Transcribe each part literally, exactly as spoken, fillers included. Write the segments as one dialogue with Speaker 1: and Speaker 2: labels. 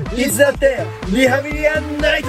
Speaker 1: いつだってリハビリアンナイト。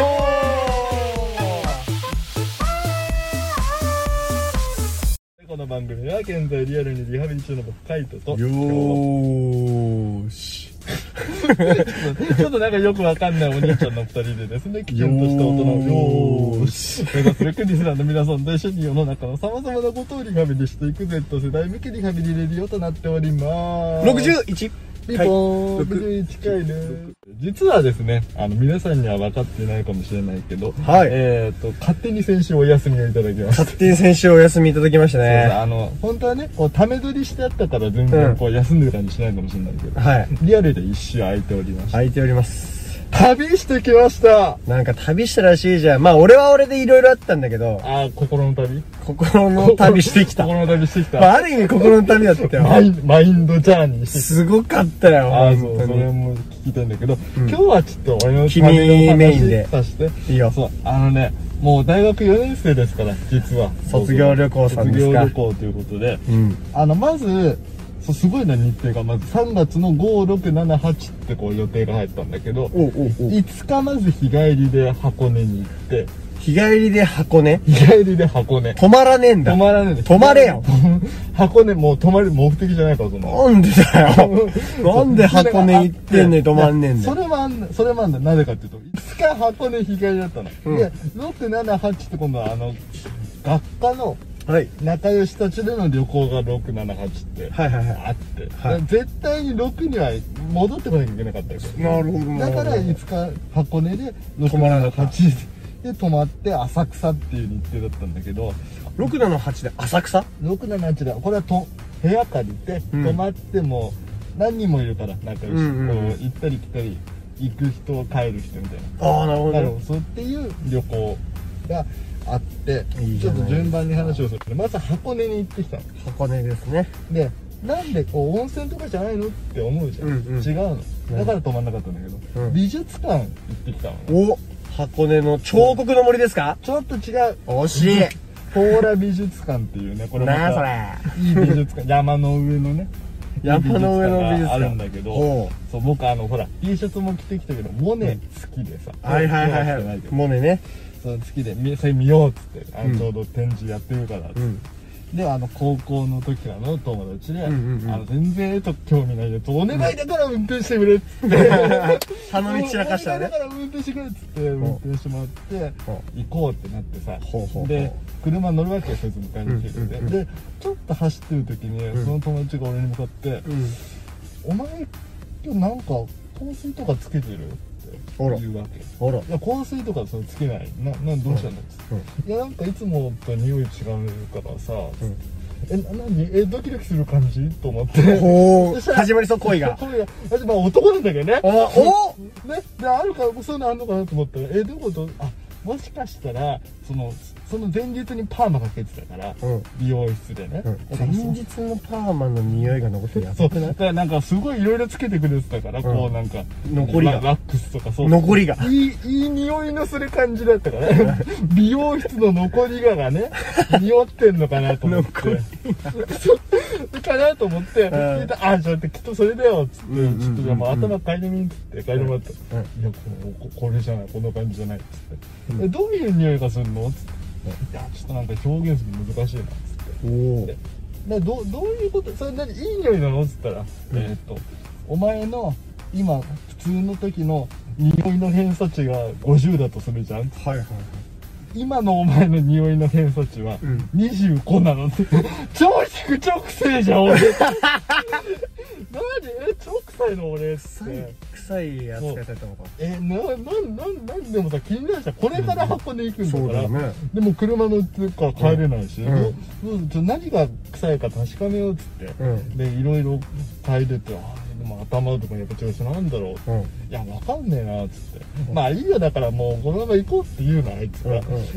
Speaker 2: この番組は現在リアルにリハビリ中の僕カイトと
Speaker 1: よーし
Speaker 2: ちょっとなんかよくわかんないお兄ちゃんのふたりでですね、きちんとした大人をよーし目指すべくリスナーの皆さんと一緒に世の中の様々なことをリハビリしていく Z 世代向けリハビリレディオとなっております。
Speaker 1: ろくじゅういち
Speaker 2: ピポーン、ろくじゅういちかいね。実はですね、あの皆さんには分かっていないかもしれないけど、
Speaker 1: はい、
Speaker 2: えっと勝手に先週お休みをいただきました。
Speaker 1: 勝手に先週お休みいただきましたね。
Speaker 2: あの本当はね、こうため撮りしてあったから全然こう休んでる感じしないかもしれないけど、うん、はい、リアルで一周空いておりました。
Speaker 1: 空いております。
Speaker 2: 旅してきました。
Speaker 1: なんか旅したらしいじゃん。まあ俺は俺でいろいろあったんだけど。
Speaker 2: ああ、心の旅
Speaker 1: 心の旅してきた。
Speaker 2: 心の旅してきた。
Speaker 1: まあある意味心の旅だったよ。
Speaker 2: マインマインドジャーニーしてきた。
Speaker 1: すごかったよ。
Speaker 2: ああ、そう、それも聞きたいんだけど、うん、今日はちょっと俺の
Speaker 1: 旅の話
Speaker 2: させて。
Speaker 1: いいよ。
Speaker 2: そう、あのね、もう大学よねん生ですから、実は。
Speaker 1: 卒業旅行さんですか。
Speaker 2: 卒業旅行ということで、うん、あの、まず、そうすごいな日程がまずさんがつのご、ろく、しち、はちってこう予定が入ったんだけど、おうおうおう、いつかまず日帰りで箱根に行って、
Speaker 1: 日帰りで箱根
Speaker 2: 日帰りで箱根
Speaker 1: 泊まらねえんだ。
Speaker 2: 泊まらねえんだ。
Speaker 1: 泊まれよ
Speaker 2: 箱根もう泊まる目的じゃないからその。
Speaker 1: なんでだよなんで箱根行ってんのに泊まんねえんだよ。
Speaker 2: それもあんだ、それもあんだ。なぜかっていうと、いつか箱根日帰りだったの。うん、で、ろく、しち、はちって今度はあの、学科の、はい、仲良したちでの旅行がろく、しち、はちってあって、はい、絶対にろくには戻ってこなきゃいけなかったわけ。
Speaker 1: なるほど。
Speaker 2: だからいつか箱根でろく、しち、はちで泊まって浅草っていう日程だったんだけど、
Speaker 1: ろく、しち、はちで浅草 ?
Speaker 2: ろく、しち、はちでこれはと部屋借りて泊まっても何人もいるから仲良し、うん、こう行ったり来たり行く人帰る人みたいな。
Speaker 1: ああ、なるほど、ね、
Speaker 2: そうっていう旅行があって、ちょっと順番に話をすると、まず箱根に行ってきたの。
Speaker 1: 箱根ですね。
Speaker 2: で、なんでこう温泉とかじゃないのって思うじゃん、うんうん、違うの。だから泊まんなかったんだけど、うん、美術館行ってきたの。
Speaker 1: お、箱根の彫刻の森ですか？
Speaker 2: ちょっと違う。
Speaker 1: 惜しい。
Speaker 2: ポーラ美術館っていうね、これまた
Speaker 1: なあそれ
Speaker 2: いい美術館、山の上のね、
Speaker 1: 山の上の美術館
Speaker 2: あるんだけど、そう僕あのほら T シャツも着てきたけどモネ好きでさ、
Speaker 1: はいはいはいはい、モネね、
Speaker 2: そう好きでそれ見ようっつって、あのちょうど展示やってるからっつって、うん、であの高校の時からの友達で、うんうんうん、あの全然絵と興味ないやつお願いだから運転してくれっつって
Speaker 1: 頼み散らかしたね。
Speaker 2: お願いだから運転してくれっつって運転してもらって行こうってなってさ、で車乗るわけよ、そいつ迎えに来てくれて、でちょっと走ってる時に、うん、その友達が俺に向かって「うん、お前今日なんか香水とかつけてる?」って言うわけ。
Speaker 1: あら、
Speaker 2: いや香水とかそれつけない。な、なんどうしたのっつって、うん、いやなんかいつもと匂い違うからさ、うん、え、なにえ、ドキドキする感じと思って。
Speaker 1: おー、始まりそう、恋が。
Speaker 2: 恋が。まあ男なんだけどね。
Speaker 1: あ、
Speaker 2: おね、で、あるか、そういうのあるのかなと思ったら、え、どういうこと？あ、もしかしたら、その、その前日にパーマかけてたから、うん、美容室でね、うん、
Speaker 1: 前日のパーマの匂いが残ってるやつ。
Speaker 2: そう、だからなんかすごいいろいろつけてくれてたから、うん、こうなんか
Speaker 1: 残りが
Speaker 2: ワックスとかそう、
Speaker 1: 残りが
Speaker 2: いいいい匂いのする感じだったからね美容室の残りががね匂ってんのかなと思ってかなと思って、うん、あ、ちょっときっとそれだよっつって、うん、ちょっとじゃあもう頭嗅いでみんっつって嗅いでもらった、うん、いやここれじゃない、この感じじゃないっつって、うん、えどういう匂いがするのっつって、いやちょっとなんか表現するの難しいなっつって、おでで ど, どういうこと、それ何いい匂いなのっつったら、うん、えっとお前の今普通の時の匂いの偏差値がごじゅうだとするじゃん。はいはいはい。今のお前の匂いの偏差値はにじゅうごなのって、うん、超低超臭いじゃん俺何え超臭いの俺って
Speaker 1: 臭い臭い扱いされたのか。
Speaker 2: えな、な、な、なんでもさ気になるじゃん、これから箱根行くんだから、うんね、でも車乗ってるから帰れないし、うんうん、ちょ何が臭いか確かめようっつって、うん、でいろいろ嗅いでて、あでも頭とかやっぱ調子なんだろう、うん、いやわかんねえなっつって、うん、まあいいよだからもうこのまま行こうって言うのあいつが、うんうん、いや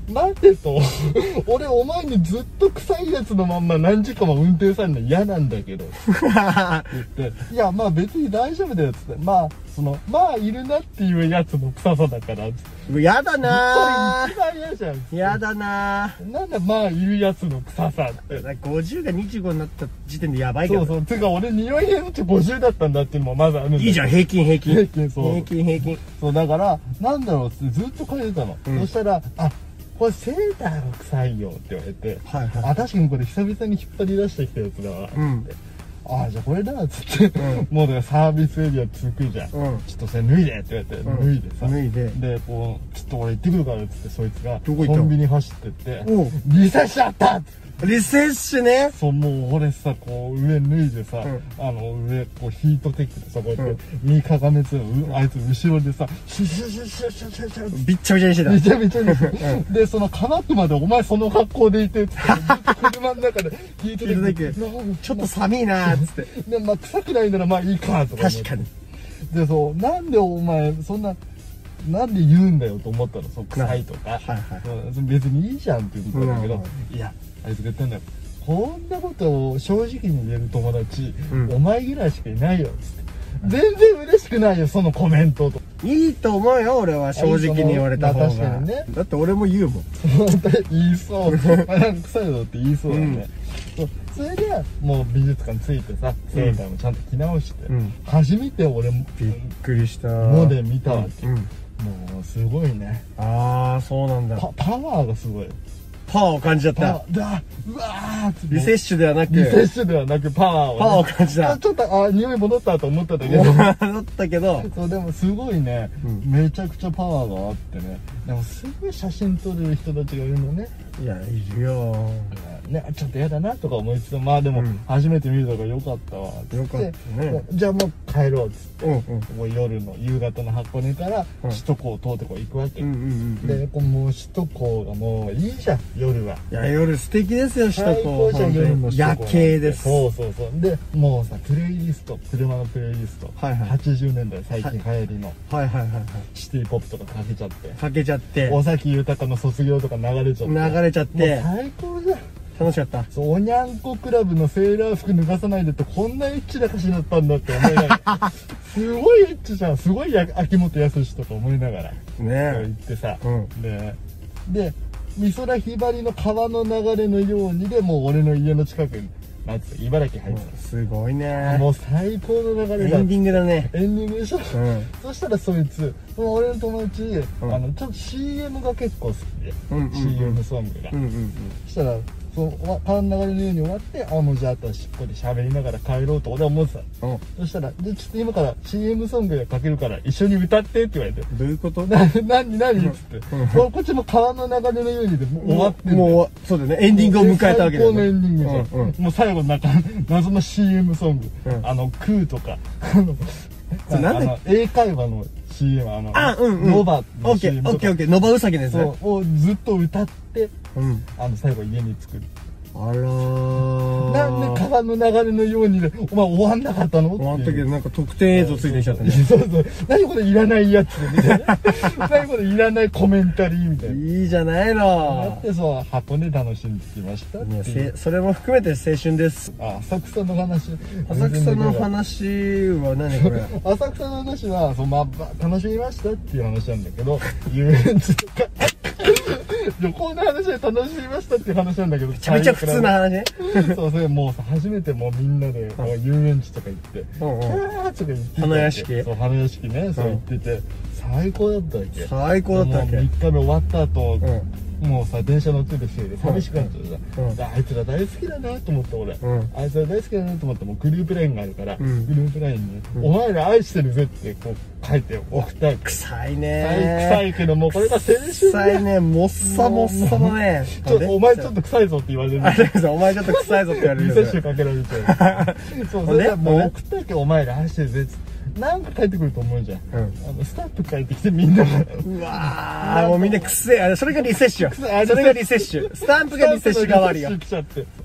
Speaker 2: 待てと俺お前にずっと臭いやつのまんま何時間も運転されるの嫌なんだけど言っていやまあ別に大丈夫だよっつってまあそのまあいるなっていうやつの臭さだからっつって
Speaker 1: やだな
Speaker 2: それ一番嫌じゃん
Speaker 1: ーやだな
Speaker 2: ーなんだまあいるやつの臭さって
Speaker 1: ーごじゅうがにじゅうごになった時点でやばいけど
Speaker 2: そうそうてか俺匂い偏差値ごじゅうだったんだっていうのもまずあるんだ
Speaker 1: いいじゃん平均平均
Speaker 2: 平均そう
Speaker 1: 平均平均
Speaker 2: そうだからなんだろうってずっと嗅いでたの、
Speaker 1: うん
Speaker 2: そしたらあこれセーターが臭いよって言われて、
Speaker 1: はいはい
Speaker 2: あ確かにこれ久々に引っ張り出してきたやつだわって、
Speaker 1: うん
Speaker 2: ああじゃあこれだっつって、
Speaker 1: うん
Speaker 2: もうだからサービスエリア着くじゃん、
Speaker 1: うん
Speaker 2: ちょっとそれ脱いでって言われて、
Speaker 1: うん
Speaker 2: 脱いでさ
Speaker 1: 脱いで
Speaker 2: でこうちょっと俺行ってくるからっつってそいつが
Speaker 1: どこ行ったの
Speaker 2: コンビニ走ってって
Speaker 1: おう
Speaker 2: リセッシュあったっつって
Speaker 1: リセッシュね
Speaker 2: そうもう俺さこう上脱いでさ、
Speaker 1: うん
Speaker 2: あの上こうヒートテックでさこうやって、
Speaker 1: うん
Speaker 2: 身かがめつうあいつ後ろでさシュシュシュシュシュシュシュ
Speaker 1: びっちゃびちゃにしてた
Speaker 2: めちゃめちゃですでそのかなくまでお前その格好でいてっつってずっと車の中でヒートテック
Speaker 1: ヒートテックちょっと寒いなーっつって
Speaker 2: でまあ臭くないならまあいいかとか思って
Speaker 1: 確かに
Speaker 2: でそうなんでお前そんななんで言うんだよと思ったのそう臭いとか、
Speaker 1: はいはい
Speaker 2: うん別にいいじゃんって言ったんだけど、
Speaker 1: うん
Speaker 2: いやあいつが言ったんだよこんなことを正直に言える友達、
Speaker 1: うん
Speaker 2: お前ぐらいしかいないよっつって全然嬉しくないよそのコメントと
Speaker 1: いいと思うよ俺は正直に言われた方
Speaker 2: まあ確か
Speaker 1: が
Speaker 2: にね
Speaker 1: だって俺も言うもん
Speaker 2: 言いそうあなんか臭いぞって言いそうだね、そうそれでもう美術館着いてさセーターもちゃんと着直して、
Speaker 1: うん
Speaker 2: 初めて俺も
Speaker 1: びっくりした
Speaker 2: モで見たわけ、
Speaker 1: うん
Speaker 2: もうすごいね
Speaker 1: ああそうなんだ
Speaker 2: パパワーがすごい
Speaker 1: パワーを感じちゃっ
Speaker 2: パワ
Speaker 1: た
Speaker 2: ーだうわーって
Speaker 1: リセッシュではなく
Speaker 2: リセッシュではなくパワーを、ね、
Speaker 1: パワーを感じた
Speaker 2: あちょっとあ匂い戻ったと思ったんだけど
Speaker 1: だったけど
Speaker 2: そうでもすごいね、
Speaker 1: うん
Speaker 2: めちゃくちゃパワーがあってねでもすぐ写真撮れる人たちがいるのね
Speaker 1: いやいるよ
Speaker 2: ねちょっと嫌だなとか思いつつまあでも
Speaker 1: うん
Speaker 2: 初めて見るのが良かったわっつって
Speaker 1: よかったね
Speaker 2: もうじゃあもう帰ろうっつって
Speaker 1: うんうん
Speaker 2: もう夜の夕方の箱根から
Speaker 1: うん
Speaker 2: 首都高を通ってこう行くわけ、
Speaker 1: うんうんうん
Speaker 2: でこうもう首都高がもういいじゃん夜はい
Speaker 1: や夜素敵ですよ首
Speaker 2: 最
Speaker 1: 都高
Speaker 2: 高じゃん夜の首都高
Speaker 1: 夜景です
Speaker 2: そうそうそうでもうさプレイリスト車のプレイリスト、
Speaker 1: はいはい
Speaker 2: はちじゅうねんだい最近流行りの
Speaker 1: はいはいはいはい
Speaker 2: シティポップとかかけちゃって
Speaker 1: かけちゃって
Speaker 2: 尾崎豊の卒業とか流れちゃって
Speaker 1: 流れちゃっ
Speaker 2: もう
Speaker 1: て
Speaker 2: 最高じゃん
Speaker 1: 楽しかった
Speaker 2: そうおにゃんこクラブのセーラー服脱がさないでってこんなエッチな歌詞だったんだって思いながらすごいエッチじゃんすごいや秋元康とか思いながら言
Speaker 1: ね
Speaker 2: ってさ、
Speaker 1: うん
Speaker 2: でで美空ひばりの川の流れのようにでもう俺の家の近くになんつうか茨城入って
Speaker 1: えすごい
Speaker 2: た、
Speaker 1: ね
Speaker 2: もう最高の流れだ
Speaker 1: エンディングだね
Speaker 2: エンディングでしょ、
Speaker 1: うん
Speaker 2: そしたらそいつその俺の友達、
Speaker 1: うん
Speaker 2: あのちょっと シーエム が結構好きで、
Speaker 1: うんうんうん
Speaker 2: シーエム ソングが、
Speaker 1: うんうん
Speaker 2: そしたらそのわ川の流れのように終わってあもうじゃああとはしっこり喋りながら帰ろうと俺は思ってた
Speaker 1: うんうん
Speaker 2: そしたらでちょっと今から シーエム ソングがかけるから一緒に歌ってって言われて
Speaker 1: どういうこと
Speaker 2: な、なになにっつって、
Speaker 1: うん
Speaker 2: ここっちも川の流れのようにでもう終わってんだよ
Speaker 1: もうもうそうだよねエンディングを迎えたわけだよね
Speaker 2: 最高のエンディングじゃん、
Speaker 1: うんうん
Speaker 2: もう最後なんか謎の シーエム ソング、
Speaker 1: うん
Speaker 2: あのクーとかあの
Speaker 1: そうなんだっ
Speaker 2: あの英会話の シーエム あの
Speaker 1: あうんうん
Speaker 2: ノバ
Speaker 1: オ
Speaker 2: の
Speaker 1: ッケ
Speaker 2: シーエム
Speaker 1: ーオッケーオッケーノバウサギのやつ
Speaker 2: そ
Speaker 1: ね
Speaker 2: うをずっと歌って
Speaker 1: うん
Speaker 2: あの最後家に着く
Speaker 1: あらー
Speaker 2: なんで川の流れのようにでお前終わんなかったの
Speaker 1: 終わったけ
Speaker 2: っていう
Speaker 1: どなんか特典映像ついてきちゃったね
Speaker 2: そうそう何これいらないやつみたいな何これいらないコメンタリーみたいない
Speaker 1: いじゃない
Speaker 2: だ
Speaker 1: の
Speaker 2: ってそう箱根楽しんできましたって
Speaker 1: いや
Speaker 2: いう
Speaker 1: せそれも含めて青春です
Speaker 2: あ浅草の話
Speaker 1: 浅草の話は何これ
Speaker 2: 浅草の話はそう、まあ、まあ楽しみましたっていう話なんだけど遊園地とか旅行の話で楽しみましたっていう話なんだけどめ
Speaker 1: めちゃめちゃ普通な話ね
Speaker 2: そうそれもうさ初めてもうみんなでこう遊園地とか行って
Speaker 1: うんうん
Speaker 2: キャーとか言ってた
Speaker 1: 花屋敷
Speaker 2: そう花屋敷ねそう言ってて最高だったわけ
Speaker 1: 最高だったわけ
Speaker 2: もうみっかめ終わった後
Speaker 1: うん
Speaker 2: もうさ電車乗ってて一人で寂しくなっちゃってさ、
Speaker 1: うん
Speaker 2: であいつら大好きだなと思って俺、
Speaker 1: うん
Speaker 2: あいつら大好きだなと思ってもうグループラインがあるから、
Speaker 1: うん
Speaker 2: グループラインに、
Speaker 1: うん
Speaker 2: お前ら愛してるぜ」ってこう書いて送ったわけ
Speaker 1: 臭い
Speaker 2: 臭
Speaker 1: ね
Speaker 2: いけどもうこれが青春
Speaker 1: 臭いねもっさもっさのね
Speaker 2: ちょっとお前ちょっと臭いぞって言われる
Speaker 1: あれですお前ちょっと臭いぞって言われる
Speaker 2: リセッシュかけられてそうそれでもう
Speaker 1: ね
Speaker 2: 送ったわけお前ら愛してるぜっつってなんか帰ってくると思うじゃん、
Speaker 1: うん
Speaker 2: あのスタンプ帰ってきてみんなが
Speaker 1: うわーもうみんなくせえあれそれがリセッシュ
Speaker 2: あれ
Speaker 1: それがリセッシュスタンプがリセッシュ代わりよ
Speaker 2: スタンプのリセッシュ来ちゃって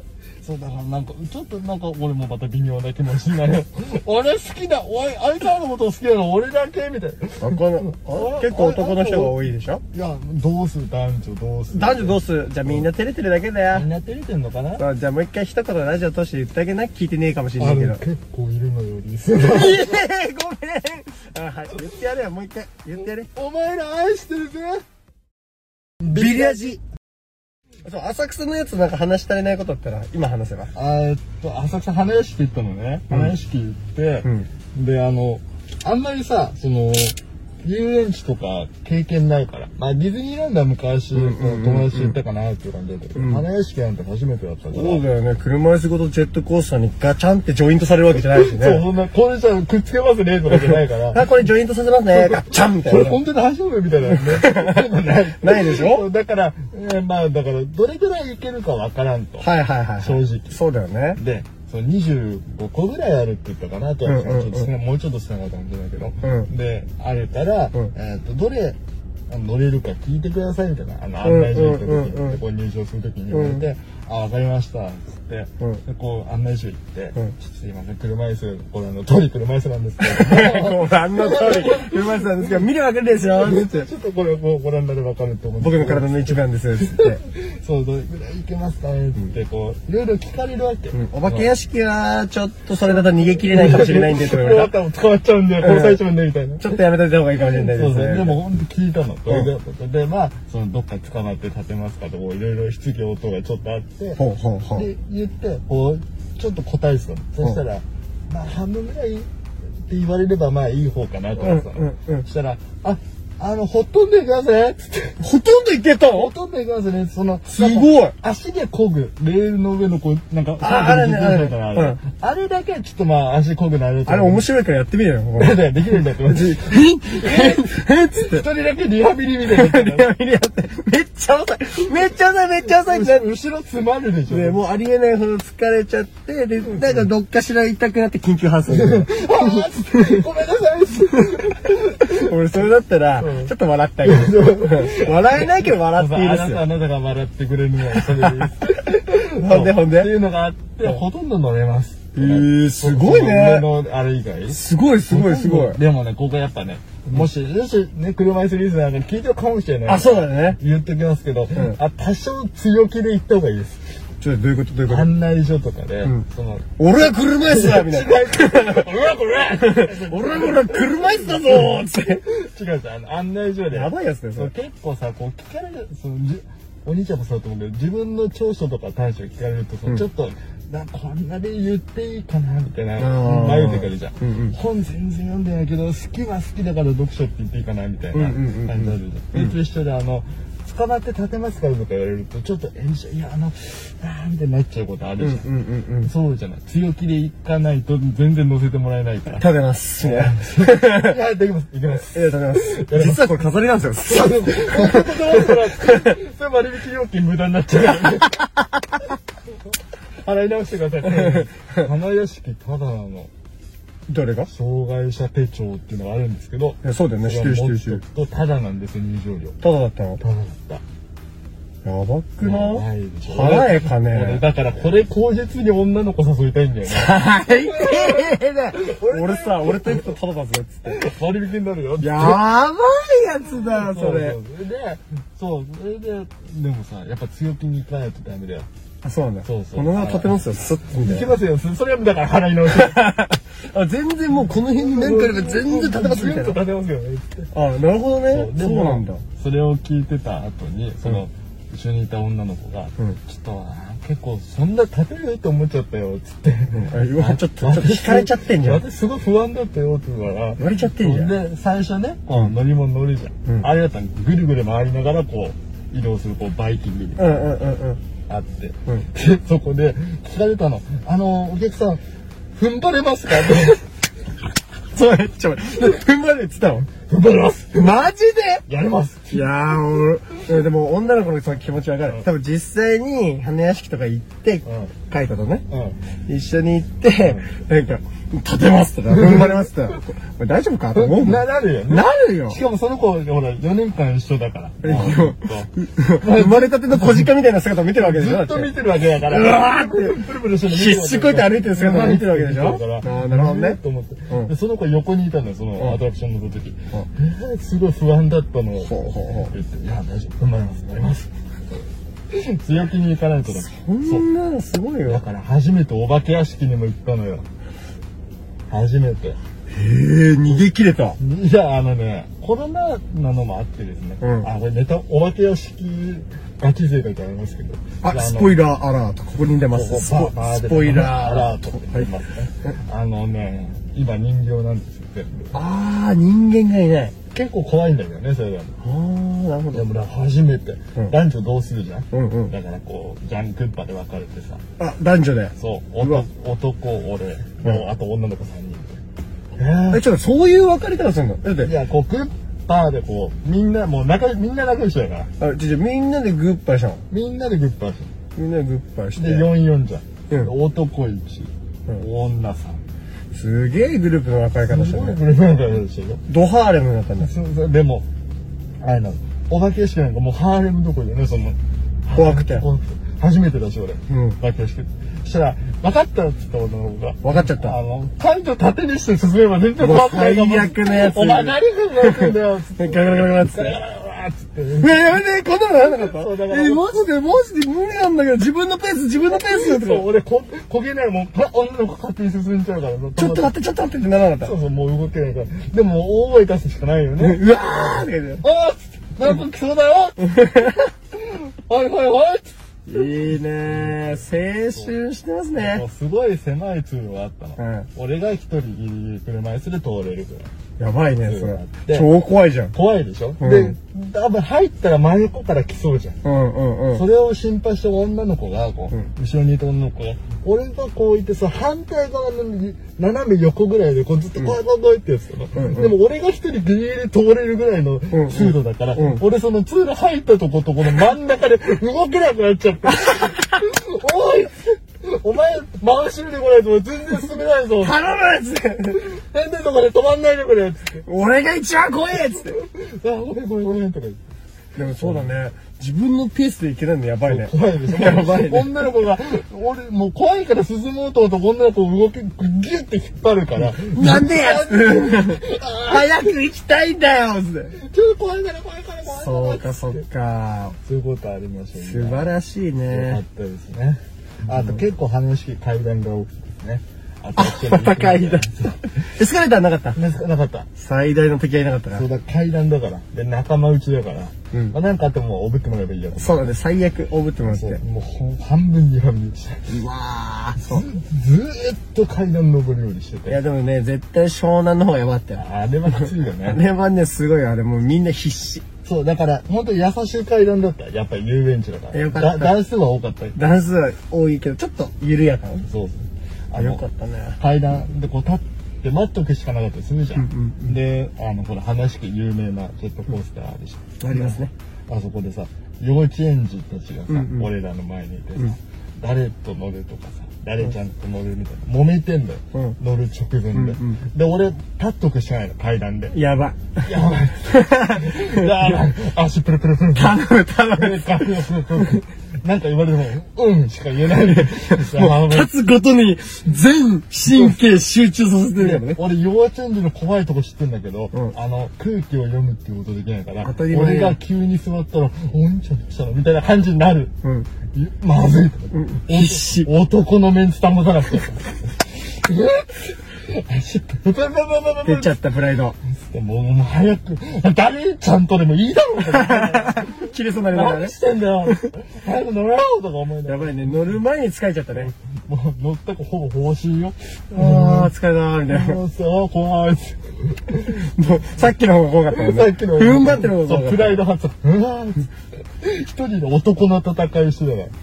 Speaker 2: そうだからなんかちょっとなんか俺もまた微妙な気持ちになる俺好きだおいあいつらのこと好きなの俺だけみたいな。
Speaker 1: わかんないあ結構男の人が多いでしょ。
Speaker 2: いやどうする男女どうする
Speaker 1: 男女どうする。じゃあみんな照れてるだけだよ。
Speaker 2: みんな照れてんのかな。
Speaker 1: そうじゃあもう一回一言ラジオ通して言ってあげな。聞いてねえかもしれないけど。
Speaker 2: 結構いるのよリスナー。
Speaker 1: ええごめん。あはい言ってやれよもう一回言ってやれ。
Speaker 2: お前ら愛してるぜ。
Speaker 1: ビリヤジ。そう浅草のやつなんか話し足りないことあったら今話せば。
Speaker 2: えっと浅草花屋敷行ったのね。花屋敷行って、うん、であのあんまりさその遊園地とか経験ないから、まあディズニーランドは昔、うんうんうん、友達と行ったかなっていう感じだったけど、うん、花屋敷なんて初めてだったから。
Speaker 1: そうだよね。車椅子ごとジェットコースターにガチャンってジョイントされるわけじゃないしね。
Speaker 2: そうそんなこれじゃくっつけますねとかじゃないから。
Speaker 1: あこれジョイントさせますねガチャンみたいな。
Speaker 2: これ本当に大丈夫みたいなね。
Speaker 1: ないないでしょ。
Speaker 2: だから、えー、まあだからどれぐらいいけるかわからんと。
Speaker 1: はいはいはい。
Speaker 2: 正直。
Speaker 1: そうだよね。
Speaker 2: で。にじゅうごこぐらいあるって言ったかなとは、うんうんうん、もうちょっと少なかったかもしれないけど、うん、であれから、うん、えー、とどれ乗れるか聞いてくださいみたいなあの案内所行った時に、うんうん、こう入場する時に言われて、うん、あ分かりましたっつって、うん、でこう案内所行って、うん、ちょっとすいません車椅子ご覧の通り車椅子なんですけど
Speaker 1: ご覧の通り車椅子なんですけど見るわけですよ
Speaker 2: ちょっとこれをご覧になれば分かると思うん
Speaker 1: 僕の体の一部なんですよつって
Speaker 2: そうどれぐらい行けますかねっつってこういろいろ聞かれるわけ、うん、
Speaker 1: お化け屋敷はちょっとそれだと逃げ切れないかもしれないんでとか言われた
Speaker 2: ら捕まっちゃうんで交際しまんでみたいな
Speaker 1: ちょっとやめといた方がいいかもしれないですね。
Speaker 2: そうそうでも本当聞いたのこれだったでまあそのどっか捕まって立てますかとかいろいろ質疑応答がちょっとあって
Speaker 1: ほうほうほう
Speaker 2: で言ってこうちょっと答えてたのそしたらまあ半分ぐらいって言われればまあいい方かなと思ってたの、うんうんうん、そしたらああのほとんどいきますねっつって
Speaker 1: ほとんどいけたの
Speaker 2: ほとんどいきますねその
Speaker 1: すごい
Speaker 2: 足で漕ぐレールの上のこうなんか
Speaker 1: ああれねあれね、
Speaker 2: うん、あれだけちょっとまあ足漕ぐのあれ
Speaker 1: あれ面白いからやってみるよ
Speaker 2: できるんだってマジえっつって一人だけリハビリみたいな
Speaker 1: リハビリやってめっちゃ遅いめっちゃ遅いめっちゃ遅いって
Speaker 2: 後ろ詰まるでしょ
Speaker 1: でもうありえないほど疲れちゃってでなんかどっかしら痛くなって緊急搬送で
Speaker 2: ごめんなさい
Speaker 1: 俺それだったらちょっと笑ってあげる笑えないけど笑っていいですよ。
Speaker 2: あなたが笑ってくれるのはそれです
Speaker 1: ほんでほんで
Speaker 2: っていうのがあってほとんど乗れます
Speaker 1: えー、すごいね
Speaker 2: のあれ以外
Speaker 1: すごいすごいすごい
Speaker 2: でもねここやっぱねもしもしね車椅子リスナーが聞いてるかもしれない
Speaker 1: あそうだね
Speaker 2: 言っておきますけど、うん、あ多少強気で言った方がいいです
Speaker 1: ちょっとどういうことどういうこと
Speaker 2: 案内所とかで、うん、その
Speaker 1: 俺は車椅子だみたいな
Speaker 2: 俺はこれ
Speaker 1: 俺はこれ車椅子だぞーって
Speaker 2: 違う違うあの案内所で
Speaker 1: やばいやつだよそれ
Speaker 2: 結構さこう聞かれるそのじお兄ちゃんもそうだと思うけど自分の長所とか短所聞かれると、うん、ちょっとなこんなで言っていいかなみたいな迷ってくるじゃん、うんうん、本全然読んでないけど好きは好きだから読書って言っていいかなみたいな感じになるじゃん。えっと一緒であの捕まって立てますからとか言われるとちょっとえいやあのなんてなっちゃうことあるじゃん、うんうんうんうん、そうじゃない強気でいかないと全然乗せてもらえないから
Speaker 1: 立てますいや
Speaker 2: できますいきます
Speaker 1: いや立てます実はこれ飾りなんですよ
Speaker 2: それ割引料金無駄になっちゃう払い直してください花屋敷ただなの
Speaker 1: 誰が
Speaker 2: 障害者手帳っていうのがあるんですけど
Speaker 1: いやそうだよね知ってる知ってる知ってる
Speaker 2: とただなんですよ入場料
Speaker 1: ただだったの
Speaker 2: ただだった
Speaker 1: やばくない払えかね
Speaker 2: だからこれ口実に女の子誘いたいんだよね
Speaker 1: 最低だ俺さ俺と行くとただだぜっつって
Speaker 2: 割引になるよ
Speaker 1: やばいやつだよそれ
Speaker 2: それでそうそれででもさやっぱ強気に行かないとダメだよ
Speaker 1: あそうなんだ
Speaker 2: そうそう
Speaker 1: このまま立てますよスッと
Speaker 2: 行きますよそれはだから払い直し
Speaker 1: あ全然もうこの辺に何かあれば全然立てますみたいな
Speaker 2: 立てますよね
Speaker 1: あなるほどねそうなんだ
Speaker 2: それを聞いてた後にその、うん、一緒にいた女の子が、うん、ちょっと結構そんな立てると思っちゃったよっつって、
Speaker 1: うん、あちょっとちょっと惹かれちゃってんじゃん
Speaker 2: 私すごい不安だったよって言うから
Speaker 1: 言われちゃってんじゃん
Speaker 2: で最初ねこう乗り物乗るじゃん、うん、あれだったらぐるぐる回りながらこう移動するこうバイキングみたいな、うんうんうんうんあって、うん、でそこで聞かれたのあのお客さん踏ん張れますかって
Speaker 1: そうちょ踏ん張れって言ったの
Speaker 2: 頑張ります
Speaker 1: マジで
Speaker 2: やります
Speaker 1: いやー、俺、でも女の子のその気持ちわかる。多分実際に花屋敷とか行って、カイトとね、一緒に行って、なんか、立てますとか、踏ん張りますとか、これ大丈夫かと思う
Speaker 2: な、なるよね。
Speaker 1: なるよ。
Speaker 2: しかもその子、ほら、よねんかん一緒だから。
Speaker 1: 生まれたての小鹿みたいな姿を見てるわけでしょ。
Speaker 2: ずっと見てるわけだから。
Speaker 1: うわーって、
Speaker 2: プルプルしてる
Speaker 1: 必死こいて歩いてる姿を見てるわけでしょ。ああ、なるほどね。
Speaker 2: と思って。で、その子横にいたんだよ、そのアトラクション乗るとき。えー、すごい不安だったの。ほうほうほう。言って、いや、大丈夫。頑張ります。頑張ります。強気に行かないとだ。
Speaker 1: そんなのすごいよ。
Speaker 2: だから初めてお化け屋敷にも行ったのよ。初めて。へ
Speaker 1: え、逃げ切れた。
Speaker 2: いや、あのね、コロナなのもあってですね。うん、あ、これネタ、お化け屋敷ガチ勢がいてありますけど。
Speaker 1: あ、スポイラーアラート、ここに出ます。スポ, スポイラーアラートって出ますね。
Speaker 2: はい、あのね、今人形なんですよ、全部。
Speaker 1: ああ、人間がいない。
Speaker 2: 結構怖いんだけどね、それは。
Speaker 1: ああ、なるほど。
Speaker 2: でも初めて、
Speaker 1: うん、
Speaker 2: 男女同数じゃん。
Speaker 1: うんうん、
Speaker 2: だからこう、ジャンクッパで分かれてさ。
Speaker 1: あ、男女で。
Speaker 2: そう、男、俺、うん、あと女の子さんにん。
Speaker 1: え、ちょっとそういう分かれ方するの？だって。
Speaker 2: いや、こう、グッパーでこう、みんな、もう仲、みんな仲良しだから。
Speaker 1: あ、じゃみんなでグッパーしたの？
Speaker 2: みんなでグッパーした
Speaker 1: の。みんなでグッパーして。
Speaker 2: で、よんよんじゃん。
Speaker 1: うん、
Speaker 2: 男いち、うん、女さん。
Speaker 1: すげえグループの分かれ方してるね。
Speaker 2: グループの分かれ方してるよ。
Speaker 1: ドハーレムだったんだ。
Speaker 2: そうそう、でも、あれなの。お化け屋敷なんかもうハーレムどころよね、その。
Speaker 1: 怖くて。
Speaker 2: 初めてだし、俺。
Speaker 1: うん。
Speaker 2: お化け屋敷。そしたら、分かったっつった女の子が。
Speaker 1: 分かっちゃった。
Speaker 2: あの、感情縦にして進めば全然怖くないかも。
Speaker 1: 最悪なやつ。
Speaker 2: お前何考えてんだよ、つって。
Speaker 1: ガラガラガラっつって。
Speaker 2: つって。
Speaker 1: え、やめて、こんなのやらなかったえ、マジで、マジで無理なんだけど、自分のペース、自分のペース
Speaker 2: とか。そう、俺、こ、焦げないもん、女の子勝手に進んじゃうから。
Speaker 1: ちょっと待って、ちょっと待ってってならなかった。
Speaker 2: そうそう、もう動けないから。でも、大声出すしかないよね。
Speaker 1: うわーって言って。
Speaker 2: あーっつって、なんか来そうだよはいはいはい
Speaker 1: いいねー、青春してますね。
Speaker 2: すごい狭い通路があったの。
Speaker 1: うん、
Speaker 2: 俺が一人車椅子で通れるぐらい。
Speaker 1: やばいね、それ。超怖いじゃん。
Speaker 2: 怖いでしょ、
Speaker 1: うん、
Speaker 2: で、多分入ったら真横から来そうじゃん。
Speaker 1: うんうんうん。
Speaker 2: それを心配した女の子が、こう、うん、後ろにいた女の子が、俺がこういてさ、反対側の斜め横ぐらいで、こうずっとこうこうこうってやつとか。うんうん、でも俺が一人ギリギリ通れるぐらいの通路だから、うんうん、俺その通路入ったとことこの真ん中で動けなくなっちゃって。おいお前、真後ろで来ないと全然進めないぞ。
Speaker 1: 頼むっつって。
Speaker 2: 変なとこで止まんないでくれっつって。
Speaker 1: 俺が一番怖いっつって。
Speaker 2: あ、ごめんごめんごめんとか言って。
Speaker 1: でもそうだね。自分のペースでいけないのやばいね。
Speaker 2: 怖いでしょ。
Speaker 1: やばいね。
Speaker 2: 女の子が、俺もう怖いから進もうと思うと女の子を動き、ギュッて引っ張るから。
Speaker 1: なんでや早く行きたいんだよつって。
Speaker 2: ちょっと怖いから怖いから怖いから。
Speaker 1: そうかそうか。
Speaker 2: そういうことありましたね。
Speaker 1: 素晴らしいね。
Speaker 2: よかったですね。あと結構話し階段が多くてですね。
Speaker 1: あとまた階段。エスカレーターなかった？
Speaker 2: なかった。
Speaker 1: 最大の敵はいなかったな。
Speaker 2: そうだ、階段だから。で、仲間内だから。うん。まあ、なんかあってもおぶってもらえばいいやと。
Speaker 1: そうだね、最悪おぶってもらって。
Speaker 2: もう半分に半分した。
Speaker 1: うわー。そう。
Speaker 2: ずーっと階段登り降りしてて。
Speaker 1: いやでもね、絶対湘南の方がやばかったよ。
Speaker 2: あれはきついよね。
Speaker 1: あれはね、すごいあれもうみんな必死。
Speaker 2: そう、だから、ほんと優しい階段だった。やっぱり遊園地だから。
Speaker 1: よかった。
Speaker 2: 段数は多かった。
Speaker 1: 段数は多いけど、ちょっと緩やかな。
Speaker 2: そうそう。
Speaker 1: あ、よかったね。
Speaker 2: 階段でこう立って待っとくしかなかったりするじゃん。うんうんうん、で、あの、これ花敷有名なジェットコースターあるし。
Speaker 1: ありますね。
Speaker 2: あそこでさ、幼稚園児たちがさ、うんうん、俺らの前にいてさ、うん、誰と乗るとかさ、誰ちゃんと乗るみたいな。揉めてんだよ。うん、乗る直前で、うんうん。で、俺、立っとくしかないの、階段で。
Speaker 1: やば。
Speaker 2: やばい。やばい。足プルプルプル。
Speaker 1: 頼む、頼む。
Speaker 2: なんか言われても、うんしか言えない。もう
Speaker 1: 立つごとに全神経集中させてるよね。
Speaker 2: 俺、幼稚園児の怖いとこ知ってんだけど、うん、あの、空気を読むっていうことできないから、俺が急に座ったら、おんちゃんしたのみたいな感じになる。うん、まずい、うん。必死。男のメンツ保たなくて。
Speaker 1: 出ちゃったプライド。
Speaker 2: もう、もう早く、誰ちゃんとでもいいだろうとか。
Speaker 1: 切れそうなりながらね。
Speaker 2: 何してんだよ。早く乗ろうとか思いなが
Speaker 1: ら。やばいね、乗る前に疲れちゃったね。
Speaker 2: もう乗った子ほぼ報酬よ。
Speaker 1: ああ、疲れたみたいな。
Speaker 2: もうさ、怖い。
Speaker 1: もう、さっきの方が怖かったもんね。
Speaker 2: さっきの。
Speaker 1: 踏ん張ってる方が怖かった。
Speaker 2: プライド発動。うわー一人の男の戦いしてたから。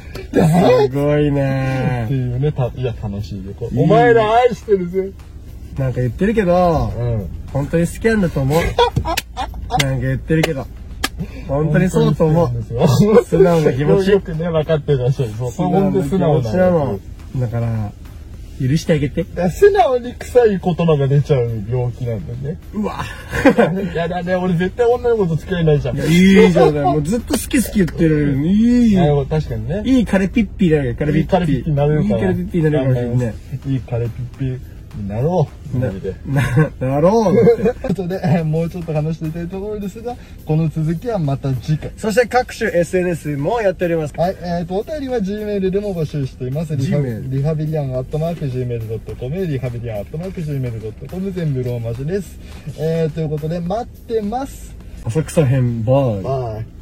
Speaker 1: すごいね
Speaker 2: っていうね、たいや楽しいよ。お前ら愛してるぜ。
Speaker 1: なんか言ってるけど、
Speaker 2: うん。
Speaker 1: 本当に好きなんだと思う。なんか言ってるけど。本当にそうと思う。素直な気持ち。
Speaker 2: よくね、分かってらっしゃる。そう、本当に素直な
Speaker 1: の。だから、許してあげて。
Speaker 2: 素直に臭い言葉が出ちゃう病気なんだよね。
Speaker 1: うわ
Speaker 2: いやだね、俺絶対女の子と付き合えないじゃん。いや、
Speaker 1: いいじゃん。もうずっと好き好き言ってる。いい。
Speaker 2: 確かにね。
Speaker 1: いいカレピッピーだよ、カレピッピー。
Speaker 2: カレピッピーになれるかな。
Speaker 1: いいカレピッピーになれるかもしれない。
Speaker 2: いいカレピッピー。なろう
Speaker 1: な、な、なろうという
Speaker 2: ことで、もうちょっと話していたいところですが、この続きはまた次回。
Speaker 1: そして各種 エスエヌエス もやっております。
Speaker 2: はい、えっと、お便りは Gmail でも募集しています。リハリハビリアンアットマーク ジーメールドットコム、リハビリアンアットマーク ジーメールドットコム、全部ローマ字です。えー、ということで、待ってます。
Speaker 1: 浅草編、バイ。
Speaker 2: バイ。